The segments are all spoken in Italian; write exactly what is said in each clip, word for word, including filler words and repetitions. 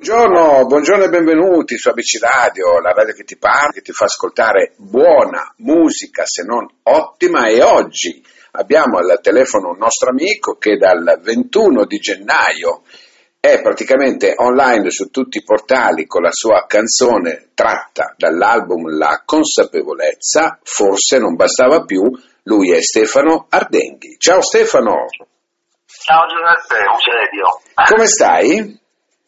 Buongiorno, buongiorno e benvenuti su A B C Radio, la radio che ti parla, che ti fa ascoltare buona musica, se non ottima, e oggi abbiamo al telefono un nostro amico che dal ventuno di gennaio è praticamente online su tutti i portali con la sua canzone tratta dall'album La Consapevolezza, forse non bastava più. Lui è Stefano Ardenghi. Ciao Stefano! Ciao Giuseppe, Eugenio. Come stai?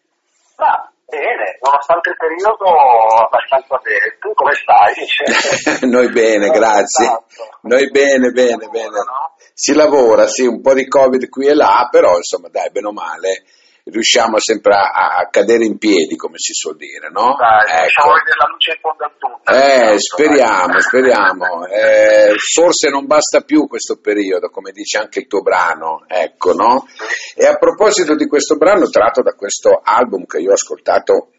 Ah, bene, nonostante il periodo abbastanza bene. Tu come stai? Noi bene, grazie. Noi bene, bene, bene. Si lavora, sì, un po' di Covid qui e là, però insomma dai, bene o male, riusciamo sempre a, a cadere in piedi, come si suol dire, no? Dai, ecco. Vedere la luce in fondo a tutto. Eh, speriamo, speriamo. Eh, forse non basta più questo periodo, come dice anche il tuo brano, ecco, no? E a proposito di questo brano, tratto da questo album che io ho ascoltato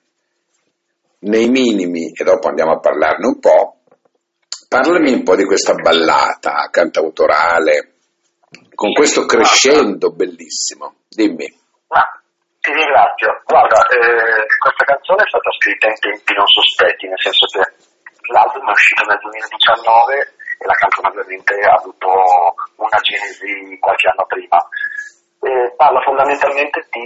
nei minimi, e dopo andiamo a parlarne un po', parlami un po' di questa ballata cantautorale, con questo crescendo bellissimo. Dimmi. Ma ti ringrazio. Guarda, eh, questa canzone è stata scritta in tempi non sospetti, nel senso che l'album è uscito nel duemiladiciannove e la canzone ovviamente ha avuto una genesi qualche anno prima. Eh, parla fondamentalmente di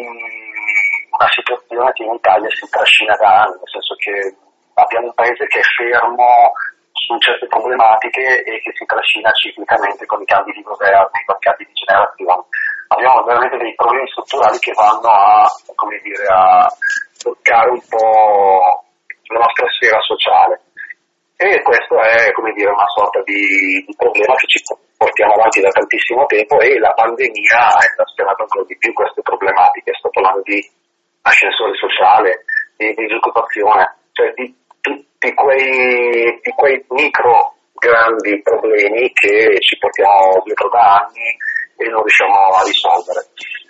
una situazione che in Italia si trascina da anni, nel senso che abbiamo un paese che è fermo su certe problematiche e che si trascina ciclicamente con i cambi di governo, con i cambi di generazione. Abbiamo veramente dei problemi strutturali che vanno a, come dire, a toccare un po' la nostra sfera sociale. E questo è, come dire, una sorta di, di problema che ci portiamo avanti da tantissimo tempo, e la pandemia ha esasperato ancora di più queste problematiche. Sto parlando di ascensore sociale, di disoccupazione, cioè di tutti quei, di quei micro grandi problemi che ci portiamo dietro da anni e non riusciamo a risolvere.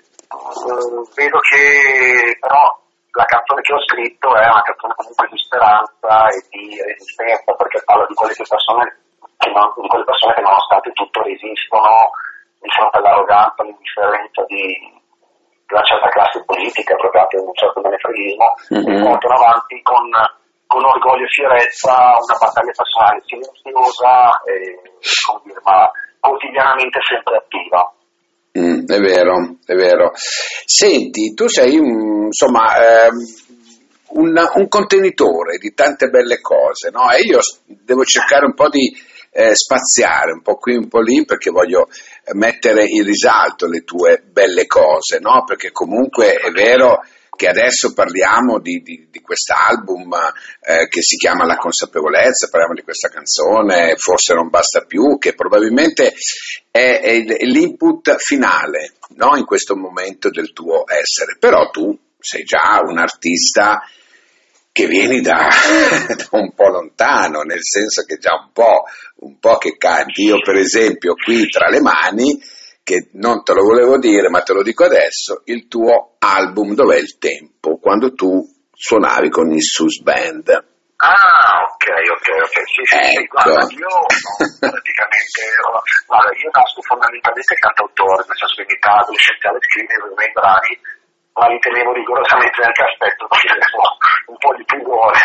Uh, vedo che però la canzone che ho scritto è una canzone comunque di speranza e di resistenza, perché parla di quelle persone che, non, di quelle persone che nonostante tutto resistono di fronte all'arroganza, all'indifferenza di, di una certa classe politica, proprio anche un certo menefreghismo, mm-hmm. e portano avanti con, con orgoglio e fierezza una battaglia personale silenziosa e, come dire, ma quotidianamente sempre attiva. Mm, è vero, è vero. Senti, tu sei un, insomma eh, un, un contenitore di tante belle cose, no? E io devo cercare un po' di eh, spaziare un po' qui, un po' lì, perché voglio mettere in risalto le tue belle cose, no? Perché comunque è vero che adesso parliamo di, di, di quest'album eh, che si chiama La Consapevolezza, parliamo di questa canzone, forse non basta più, che probabilmente è, è l'input finale, no? In questo momento del tuo essere, però tu sei già un artista che vieni da, da un po' lontano, nel senso che già un po', un po' che canti. Io per esempio qui tra le mani, che non te lo volevo dire, ma te lo dico adesso, il tuo album Dov'è il tempo, quando tu suonavi con i Sus Band. Ah, ok, ok, ok, sì, sì, ecco. sì, guarda, io no, praticamente, guarda, io nasco fondamentalmente cantautore, nel senso che in età adolescenziale scrivevo i miei brani, ma li tenevo rigorosamente nel cassetto, perché avevo un po' di pudore.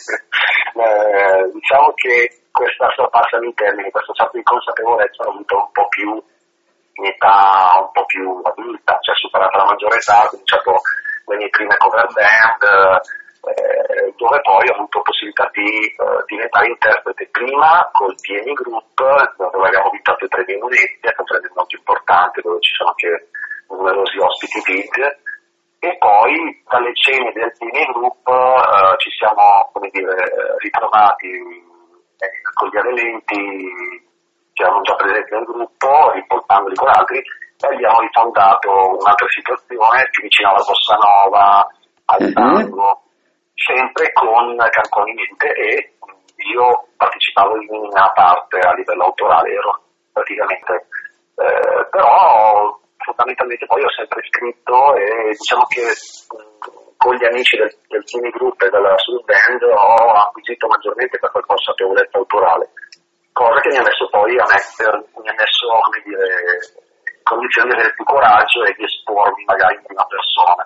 eh, diciamo che questa, passami in termini, questa sorta di consapevolezza l'ho avuta un po' più in età un po' più adulta, cioè superata la maggiore età, ho cominciato le mie prime cover band, eh, dove poi ho avuto possibilità di eh, diventare interprete prima col T N Group, dove abbiamo vinto tre di Venezia, che è un premio molto importante, dove ci sono anche numerosi ospiti big, e poi dalle cene del T N Group eh, ci siamo, come dire, ritrovati eh, con gli elementi che erano già presenti nel gruppo, riportandoli con altri, e abbiamo rifondato un'altra situazione più vicina alla bossa nova, al tango, mm-hmm. sempre con cantoni in mente, e io partecipavo in una parte a livello autorale, ero praticamente, eh, però fondamentalmente poi ho sempre scritto, e diciamo che mh, con gli amici del, del Cine Group e della Sus Band ho acquisito maggiormente questa consapevolezza autorale, cosa che mi ha messo poi a mettere, mi ha messo, come dire, in condizione di avere più coraggio e di espormi magari in prima persona.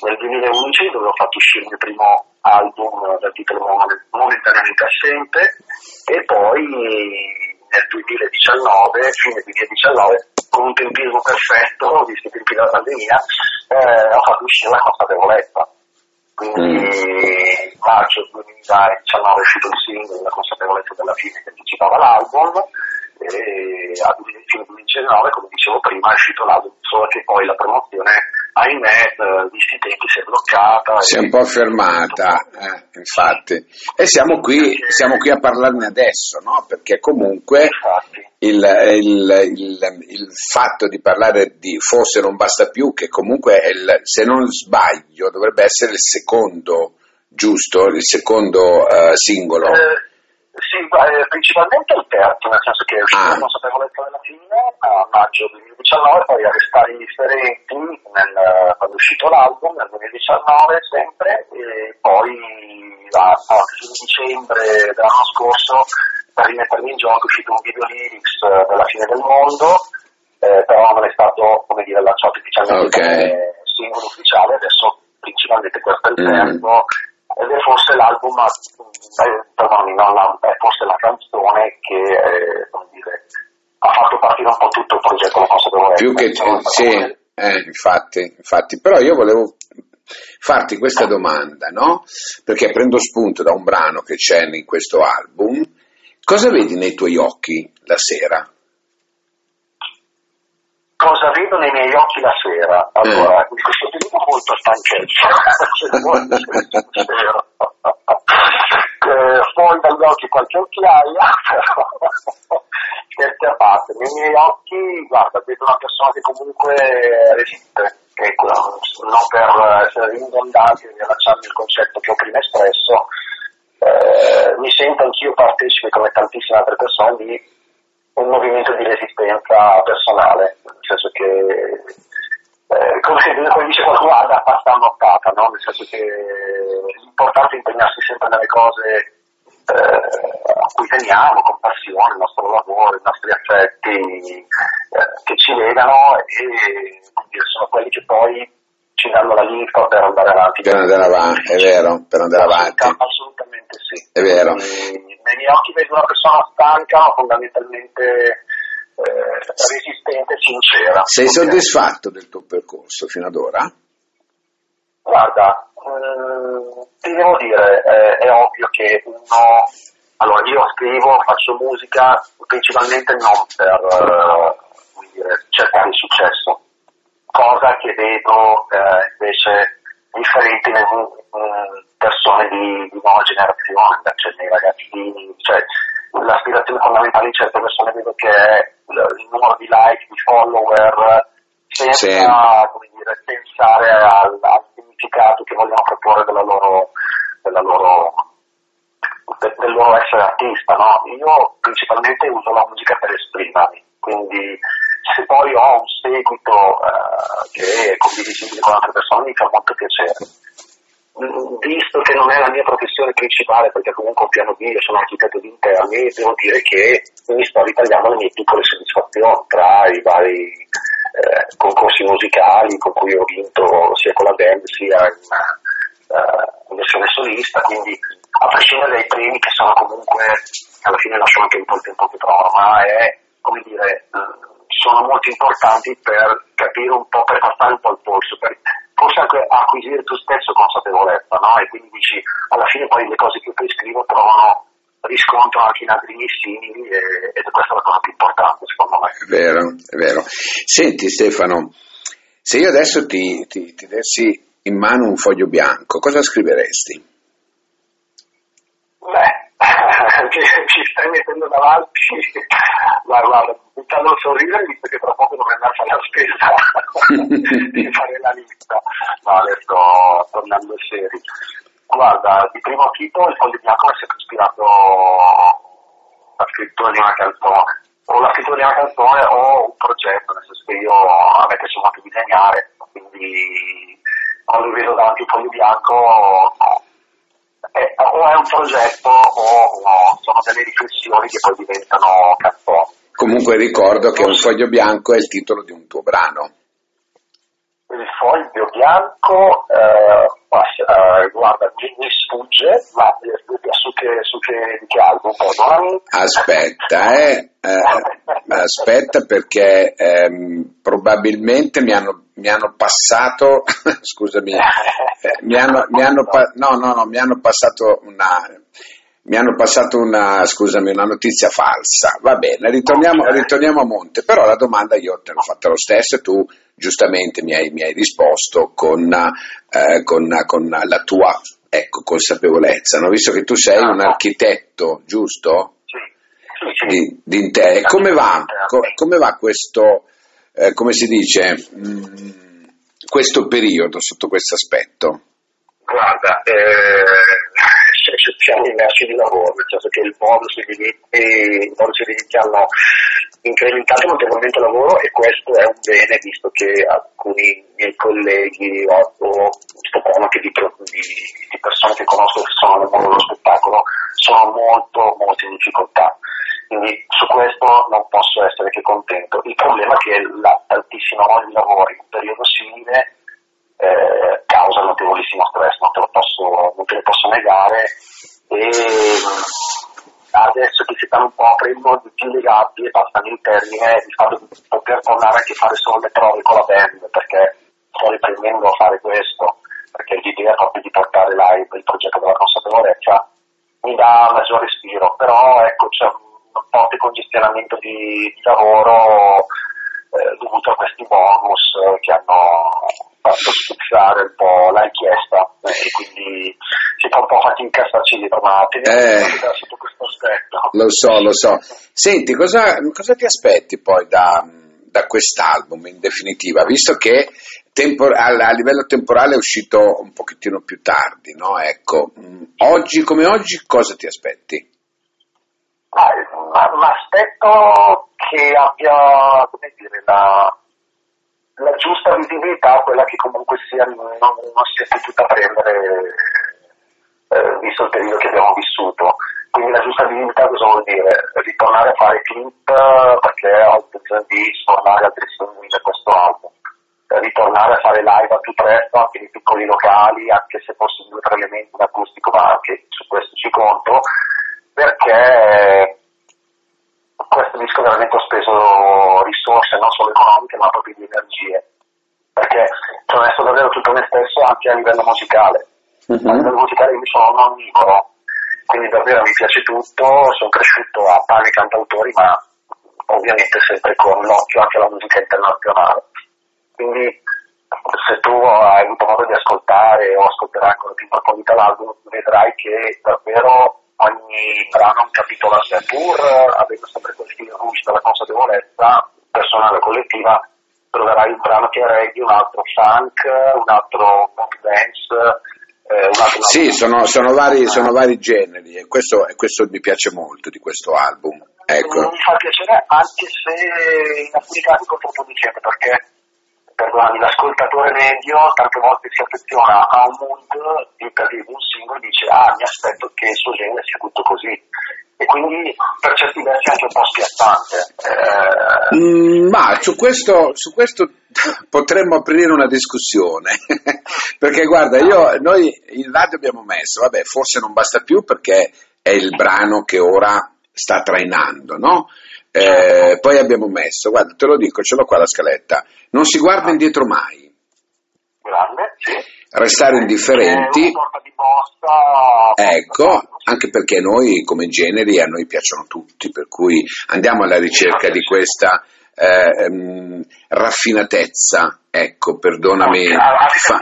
nel duemilaundici, dove ho fatto uscire il mio primo album dal titolo momentaneamente assente, e poi nel duemiladiciannove, fine duemiladiciannove, con un tempismo perfetto, visto i tempi della pandemia, eh, ho fatto uscire La Consapevolezza. Quindi mm. maggio duemiladiciannove è uscito il singolo La Consapevolezza della fine, che anticipava l'album, e a fine duemiladiciannove, come dicevo prima, è uscito l'album, solo che poi la promozione, ahimè, eh, visti i tempi, si è bloccata. Si è un po' fermata, eh, infatti. E siamo qui, siamo qui a parlarne adesso, no? Perché comunque il, il, il, il fatto di parlare di Forse non basta più, che comunque è il, se non sbaglio dovrebbe essere il secondo, giusto? Il secondo uh, singolo. Eh, sì, eh, principalmente il terzo, nel senso che è uscito ah. La Consapevolezza della fine a maggio duemiladiciannove, poi a Restare Indifferenti nel, quando è uscito l'album nel duemiladiciannove sempre, e poi a, a fine dicembre dell'anno scorso, per rimettermi in gioco, è uscito un video lyrics della fine del mondo, eh, però non è stato, come dire, lanciato ufficialmente okay. come singolo ufficiale. Adesso principalmente questo è il terzo, mm. ed è forse l'album, eh, perdonami, non la, è forse la canzone che eh, come dire, ha fatto partire un po' tutto il progetto La Consapevolezza. Più che Insomma, sì, eh, infatti, infatti, però io volevo farti questa domanda, no? Perché prendo spunto da un brano che c'è in questo album. Cosa vedi nei tuoi occhi la sera? Cosa vedo nei miei occhi la sera? Allora, in questo periodo molto stanchezza, eh, fuori dagli occhi qualche occhiaia, scherzi a parte. Nei miei occhi, guarda, vedo una persona che comunque resiste, ecco, non per essere ridondante e riallacciarmi il concetto che ho prima espresso, eh, mi sento anch'io partecipe, come tantissime altre persone, di un movimento di resistenza personale, nel senso che, eh, come, come dice qualcuno, da pasta annottata, no? Nel senso che l'importante è impegnarsi sempre nelle cose eh, a cui teniamo, con passione, il nostro lavoro, i nostri affetti eh, che ci legano, e dire, sono quelli che poi ci danno la linfa per andare avanti. Per andare avanti, è vero, per andare avanti. Assolutamente sì. È vero. E, nei miei occhi vedo una persona stanca, ma fondamentalmente eh, resistente, sincera. Sei okay. soddisfatto del tuo percorso fino ad ora? Guarda, mh, ti devo dire, eh, è ovvio che uno... Allora, io scrivo, faccio musica principalmente non per uh, come dire, cercare il successo, cosa che vedo eh, invece differenti nelle persone di, di nuova generazione, cioè nei ragazzini, cioè l'aspirazione fondamentale di certe persone vedo che è il, il numero di like, di follower, senza sì. come dire, pensare al, al significato che vogliono proporre della loro, della loro, de, del loro essere artista, no? Io principalmente uso la musica per esprimermi, quindi se poi ho un seguito eh, che è condivisibile con altre persone mi fa molto piacere. Visto che non è la mia professione principale, perché comunque ho un piano B, io sono architetto di interni, devo dire che mi sto ritagliando le mie piccole soddisfazioni tra i vari eh, concorsi musicali con cui ho vinto sia con la band sia in, uh, in versione solista, quindi a prescindere dai premi che sono comunque, alla fine lascio anche un po' il tempo che trovo, ma è, come dire, uh, sono molto importanti per capire un po', per passare un po' il polso, per forse anche acquisire tu stesso consapevolezza, no? E quindi dici, alla fine poi le cose che poi scrivo trovano riscontro anche in altri miei simili, e, ed è questa la cosa più importante secondo me. È vero, è vero. Senti Stefano, se io adesso ti, ti, ti dessi in mano un foglio bianco, cosa scriveresti? Beh, ci stai mettendo davanti, guarda, guarda, buttando il sorridere, visto che tra poco dovrei andare a fare la spesa di fare la lista. No, adesso tornando seri. Guarda, di primo acchito il foglio bianco mi è sempre ispirato alla scrittura di una canzone, o la scrittura di una canzone o un progetto, nel senso che io a me piace molto disegnare, quindi quando vedo davanti un foglio bianco È, o è un progetto o no, sono delle riflessioni che poi diventano canzoni. Comunque ricordo che un foglio bianco è il titolo di un tuo brano. Il foglio bianco, eh, eh, guarda, mi, mi sfugge, ma su che, su che, di che album, perdonami. Aspetta, eh, eh, aspetta perché ehm, probabilmente mi hanno, mi hanno passato, scusami, eh, mi hanno, mi hanno pa- no, no, no, mi hanno passato una... Mi hanno passato una, scusami, una notizia falsa. Va bene, ritorniamo, Okay. ritorniamo a monte, però la domanda io te l'ho fatta lo stesso e tu giustamente mi hai, mi hai risposto con, eh, con, con la tua, ecco, consapevolezza, no? Visto che tu sei un architetto, giusto? Sì, sì, sì. Di, di te. Come va, co- come va questo, eh, come si dice, mh, questo periodo sotto questo aspetto? Guarda, eh, siamo immersi di lavoro, nel senso che il bonus e i diritti, i bonus e i diritti hanno incrementato notevolmente il lavoro e questo è un bene, visto che alcuni miei colleghi o, o sto parlando anche di, di, di persone che conosco che sono nel mondo dello spettacolo, sono molto, molto in difficoltà. Quindi su questo non posso essere che contento. Il problema è che l'altissima mole di lavoro in un periodo simile Eh, causa notevolissimo stress, non te lo posso, non te lo posso negare, e adesso che si stanno un po' aprendo di più le gabbie, passano il termine di fatto di poter tornare anche a fare solo le prove con la band, perché sto riprendendo a fare questo, perché l'idea proprio di portare live il progetto della consapevolezza mi dà maggior respiro, però ecco c'è un forte congestionamento di, di lavoro eh, dovuto a questi bonus eh, che hanno fatto spizzare un po' la richiesta eh, e quindi si fa un po' fatica a starci dietro, ma teniamo Eh. sotto questo aspetto. Lo so, lo so. Senti, cosa, cosa ti aspetti poi da, da quest'album in definitiva, visto che tempor- a, a livello temporale è uscito un pochettino più tardi, no? Ecco, mh, oggi come oggi cosa ti aspetti? Ma, ma, ma aspetto che abbia, come dire, la, la giusta visibilità, quella che comunque sia non, non si è potuta prendere eh, visto il periodo che abbiamo vissuto. Quindi la giusta visibilità cosa vuol dire? Ritornare a fare clip perché ho intenzione di suonare altri singoli da questo album, ritornare a fare live a più presto anche in piccoli locali, anche se fossero due o tre elementi in acustico, ma anche su questo ci conto, perché questo disco veramente ho speso risorse non solo economiche ma proprio di energie, perché ci ho messo davvero tutto me stesso anche a livello musicale. Uh-huh. A livello musicale io sono un onnivoro, quindi davvero mi piace tutto, sono cresciuto a pane cantautori, ma ovviamente sempre con l'occhio anche alla musica internazionale. Quindi se tu hai avuto modo di ascoltare o ascolterai ancora più in profondità l'album, vedrai che davvero ogni brano è un capitolo a sé, pur avendo sempre quel filo rouge della consapevolezza personale e collettiva. Troverai un brano che è reggae, un altro funk, un altro pop dance. Eh, un altro sì, sono, sono, vari, sono vari generi e questo, e questo mi piace molto di questo album. Ecco. Mi fa piacere anche se in alcuni casi controproducente, perché perdonami, l'ascoltatore medio tante volte si affeziona a un mood di per dire un singolo e dice ah mi aspetto che il suo genere sia tutto così, e quindi per certi versi anche un po' spiazzante. Eh... Mm, ma su questo, su questo potremmo aprire una discussione perché guarda, io, noi in radio abbiamo messo, vabbè, forse non basta più perché è il brano che ora sta trainando, no? Eh, poi abbiamo messo, guarda, te lo dico, ce l'ho qua la scaletta, non si guarda indietro mai. Grande, sì. Restare indifferenti. È una sorta di mossa. Ecco, anche perché noi come generi a noi piacciono tutti, per cui andiamo alla ricerca di questa eh, um, raffinatezza, ecco, perdonami, fa,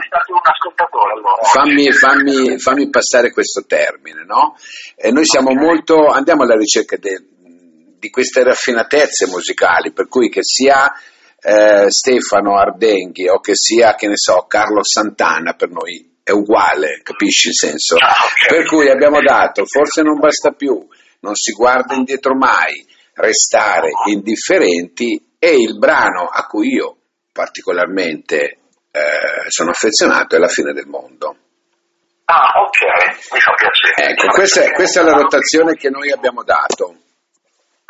fammi, fammi, fammi passare questo termine, no? E noi siamo molto, andiamo alla ricerca de, di queste raffinatezze musicali, per cui che sia eh, Stefano Ardenghi o che sia, che ne so, Carlo Santana, per noi è uguale, capisci il senso? Per cui abbiamo dato, forse non basta più, non si guarda indietro mai, restare indifferenti, e il brano a cui io particolarmente eh, sono affezionato è La fine del mondo. Ah, ok, mi fa piacere. Ecco, questa è, questa è la rotazione che noi abbiamo dato.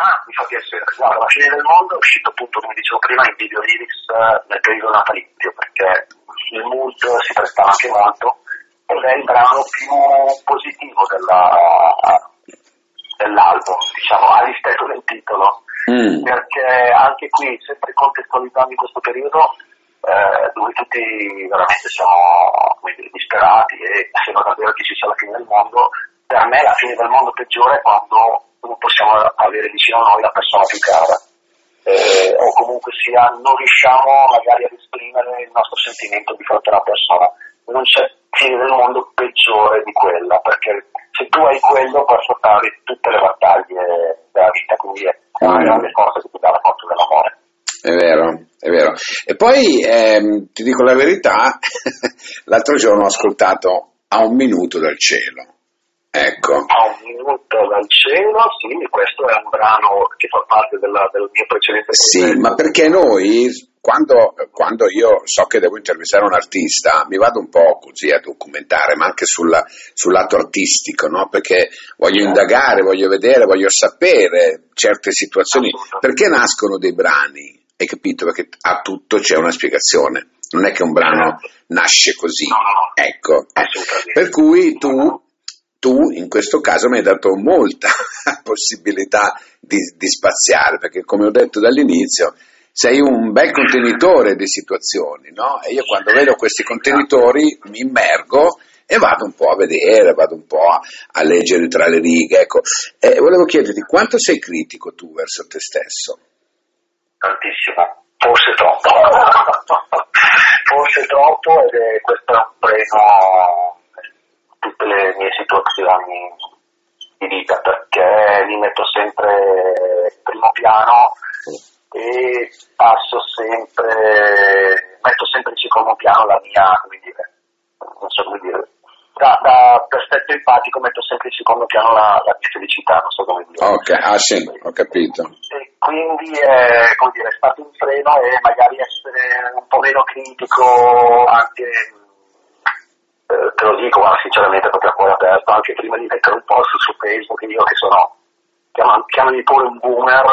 Ah, mi fa piacere. Guarda, La fine del mondo è uscito appunto, come dicevo prima, in video lyrics nel periodo natalizio, perché il mood si prestava anche molto ed è il brano più positivo della, dell'album, diciamo, a rispetto del titolo, mm. perché anche qui, sempre contestualizzando in questo periodo, eh, dove tutti veramente siamo come dire, disperati e sembra davvero che ci sia la fine del mondo, per me la fine del mondo peggiore è quando non possiamo avere vicino a noi la persona più cara, eh, o comunque sia non riusciamo magari ad esprimere il nostro sentimento di fronte a una persona. Non c'è fine del mondo peggiore di quella, perché se tu hai quello puoi affrontare tutte le battaglie della vita, quindi è una mm. grande forza che ti dà la forza dell'amore. È vero, è vero. E poi ehm, ti dico la verità, l'altro giorno ho ascoltato A un minuto dal cielo. Ecco. A un minuto dal cielo, sì, questo è un brano che fa parte della, del mio precedente Sì, concerto. ma perché noi, quando, quando io so che devo intervistare un artista, mi vado un po' così a documentare, ma anche sulla, sul lato artistico, no? Perché voglio indagare, voglio vedere, voglio sapere certe situazioni, perché nascono dei brani, hai capito? Perché a tutto c'è una spiegazione, non è che un brano nasce così, ecco. Per cui tu... Tu in questo caso mi hai dato molta possibilità di, di spaziare, perché come ho detto dall'inizio sei un bel contenitore di situazioni, no? E io quando vedo questi contenitori mi immergo e vado un po' a vedere, vado un po' a, a leggere tra le righe, ecco. E volevo chiederti quanto sei critico tu verso te stesso? Tantissimo, forse troppo, forse troppo, ed è questo è un premio tutte le mie situazioni di vita, perché mi metto sempre in primo piano e passo sempre, metto sempre in secondo piano la mia, come dire, non so come dire, da, da perfetto empatico metto sempre in secondo piano la, la mia felicità, non so come dire. Ok, ah sì, ho capito. E quindi è, come dire, è stato un freno e magari essere un po' meno critico anche... te lo dico guarda, sinceramente proprio a cuore aperto, anche prima di mettere un post su Facebook, io che sono, chiamami, chiamami pure un boomer,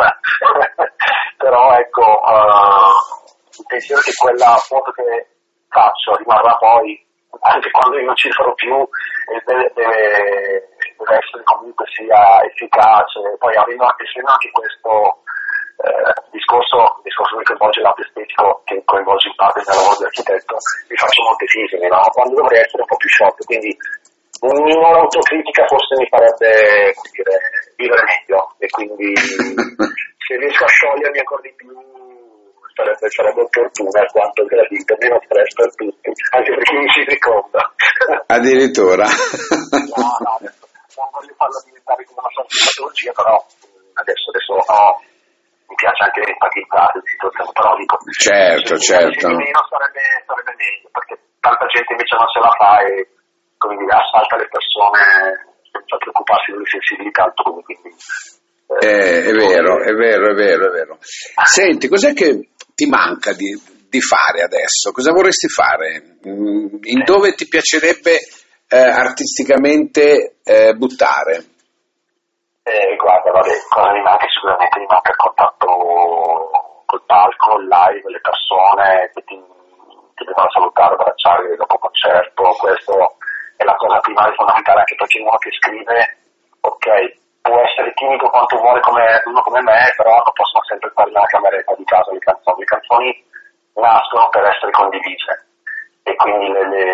però ecco, uh, il pensiero che quella foto che faccio rimarrà poi, anche quando io non ci sarò più, e deve, deve, deve essere comunque sia efficace, poi avendo anche, anche questo Eh, discorso, discorso che coinvolge l'atto estetico, che coinvolge in parte il mio lavoro di architetto, mi faccio molte fisiche, no? Quando dovrei essere un po' più sciolto, quindi un minore autocritica forse mi farebbe, come dire, vivere meglio, e quindi se riesco a sciogliermi ancora di più sarebbe, sarebbe opportuno alquanto gradito, meno stress per tutti, anche per chi mi si ricorda. Addirittura. No, no, adesso non voglio farlo diventare come una sorta di patologia, però adesso, adesso no. Mi piace anche empatizzare le situazioni, però dico, certo, se certo. meno sarebbe, sarebbe meglio, perché tanta gente invece non se la fa e, come dire, assalta le persone senza preoccuparsi delle sensibilità altrui, quindi... Eh, eh, è vero, è vero, è vero, è vero. Senti, cos'è che ti manca di, di fare adesso? Cosa vorresti fare? In dove ti piacerebbe eh, artisticamente eh, buttare? Eh, guarda, vabbè, cosa mi manca? Sicuramente mi manca il contatto col palco, il live, le persone che ti, ti devono salutare, abbracciare dopo concerto. Questo è la cosa primaria e fondamentale, anche perché uno che scrive, ok, può essere timido quanto vuole come uno come me, però non possono sempre stare nella cameretta di casa le canzoni. Le canzoni nascono per essere condivise e quindi le, le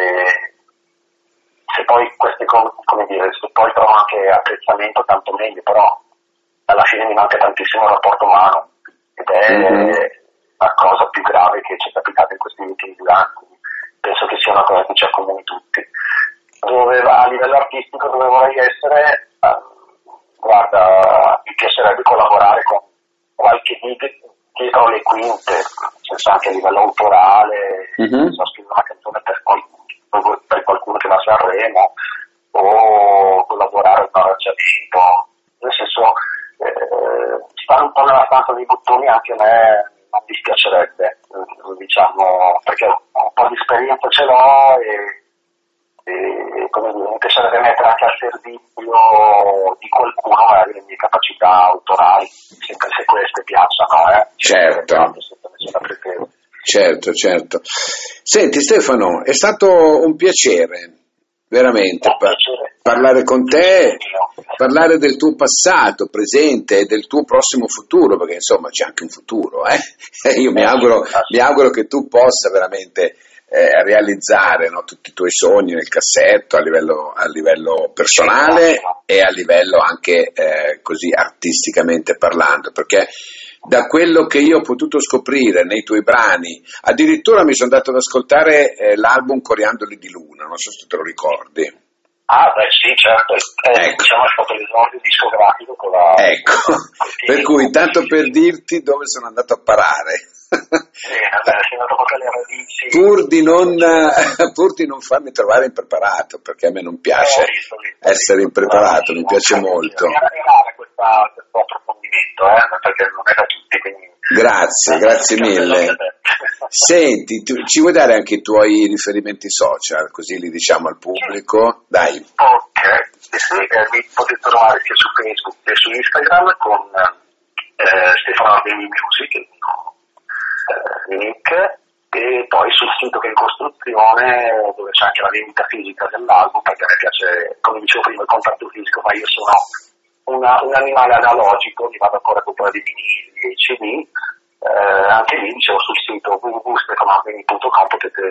se poi queste cose, come dire, se poi trovo anche apprezzamento tanto meglio, però alla fine mi manca tantissimo il rapporto umano ed è mm-hmm. la cosa più grave che ci è capitata in questi ultimi due anni. Penso che sia una cosa che ci accomuni tutti. Dove a livello artistico dove vorrei essere, eh, guarda, mi piacerebbe collaborare con qualche dietro le quinte, nel senso anche a livello autorale, mm-hmm. so, scrivere una canzone per qualcuno per qualcuno che va a Sanremo o collaborare con un arrangiamento, nel senso eh, stare un po' nella stanza dei bottoni anche a me non dispiacerebbe, eh, diciamo, perché un po' di esperienza ce l'ho e, e come dire, mi piacerebbe mettere anche al servizio di qualcuno magari le mie capacità autorali, se se queste piacciono, eh. Certo. Certo, certo. Senti Stefano, è stato un piacere, veramente, Un pa- piacere. parlare con te, parlare del tuo passato, presente e del tuo prossimo futuro, perché insomma c'è anche un futuro, eh? E io mi auguro, mi auguro che tu possa veramente eh, realizzare, no, tutti i tuoi sogni nel cassetto a livello, a livello personale e a livello anche eh, così artisticamente parlando, perché da quello che io ho potuto scoprire nei tuoi brani, addirittura mi sono dato ad ascoltare eh, l'album Coriandoli di Luna, non so se te lo ricordi. Ah, beh sì, certo, eh, Ecco. diciamo è stato l'esordio discografico con la... Ecco, con per cui tanto per dirti dove sono andato a parare. Sì, vabbè, sei andato proprio alle radici. Pur di, non, pur di non farmi trovare impreparato, perché a me non piace Eh, visto, visto, essere visto. impreparato, mi piace Era- molto. Era rara questa, questo approfondimento, eh, perché non è da tutti, quindi... Grazie, grazie mille. Senti, tu, ci vuoi dare anche i tuoi riferimenti social, così li diciamo al pubblico? Dai. Ok, e sì, eh, mi potete trovare sia su Facebook che su Instagram con eh, Stefano Ardeni Music, il mio eh, link, e poi sul sito che è in costruzione, dove c'è anche la vendita fisica dell'album, perché a me piace, come dicevo prima, il contatto fisico, ma io sono una, un animale analogico, mi vado ancora a comprare i vinili e i C D. Eh, anche lì, dicevo, sul sito w w w punto stefano ardeni punto com potete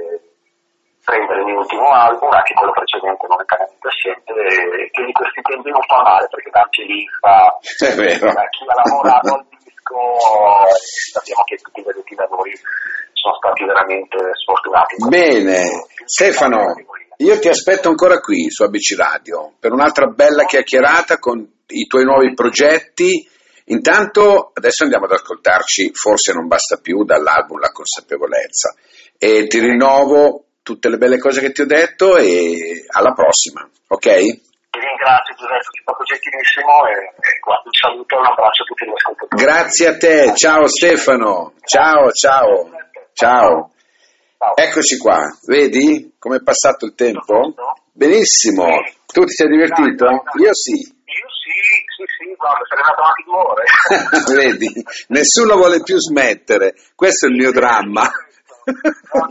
prendere il mio ultimo album, anche quello precedente non è cambiato assente, che di questi tempi non fa male, perché tanti lì fa È vero. chi ha lavorato al disco, sappiamo che tutti i venuti da noi sono stati veramente sfortunati. Bene, Stefano, io ti aspetto ancora qui su A B C Radio per un'altra bella chiacchierata con i tuoi nuovi progetti. Intanto adesso andiamo ad ascoltarci Forse non basta più dall'album La consapevolezza e ti rinnovo tutte le belle cose che ti ho detto e alla prossima, ok? Ti ringrazio Giuseppe, è stato gentilissimo e, e guarda, un saluto e un abbraccio a tutti gli ascoltatori. Grazie a te, ciao Stefano, ciao ciao, ciao. Eccoci qua, vedi come è passato il tempo? Benissimo, tu ti sei divertito? Io sì. Io sì, sì, sì, guarda, sarei andato avanti due ore. Vedi, nessuno vuole più smettere, questo è il mio dramma. Non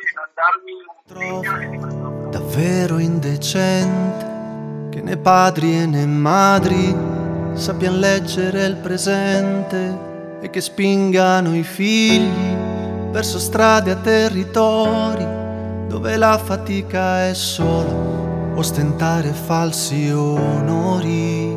darmi, non darmi... Davvero indecente che né padri e né madri sappiano leggere il presente e che spingano i figli verso strade a territori dove la fatica è solo ostentare falsi onori.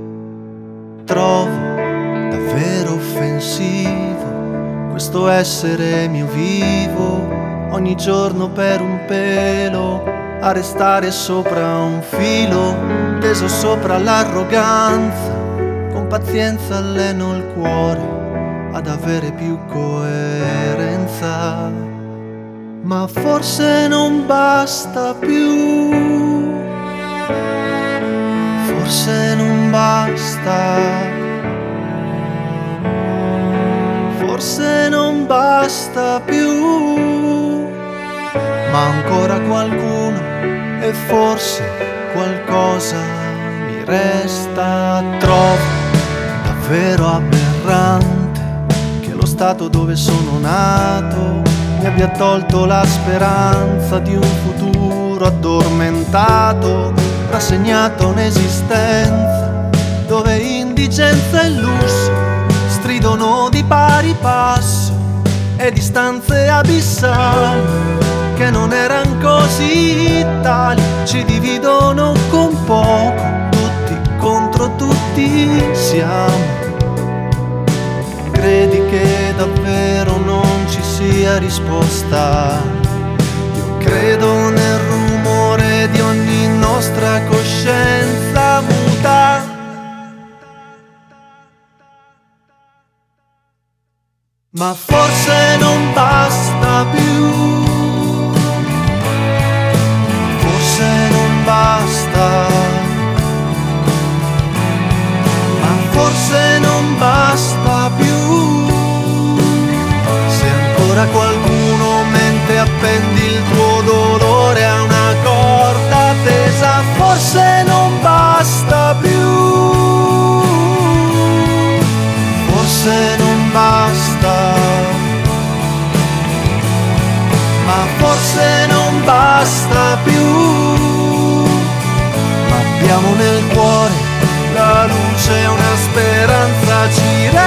Trovo davvero offensivo questo essere mio vivo, ogni giorno per un pelo a restare sopra un filo, teso sopra l'arroganza, con pazienza alleno il cuore ad avere più coerenza. Ma forse non basta più, forse non basta, forse non basta più, ma ancora qualcuno e forse qualcosa mi resta. Trovo davvero aberrante che lo stato dove sono nato mi abbia tolto la speranza di un futuro addormentato, rassegnato a un'esistenza dove indigenza e lusso stridono di pari passo e distanze abissali che non eran così tali ci dividono con poco, tutti contro tutti siamo. Credi che davvero non ci sia risposta? Io credo nel rumore di ogni nostra coscienza muta. Ma forse non basta più, forse non basta, ma forse non basta più. Se ancora qualcuno mente appendi il tuo dolore a una corda tesa, forse non basta più. portiamo nel cuore, la luce è una speranza, ci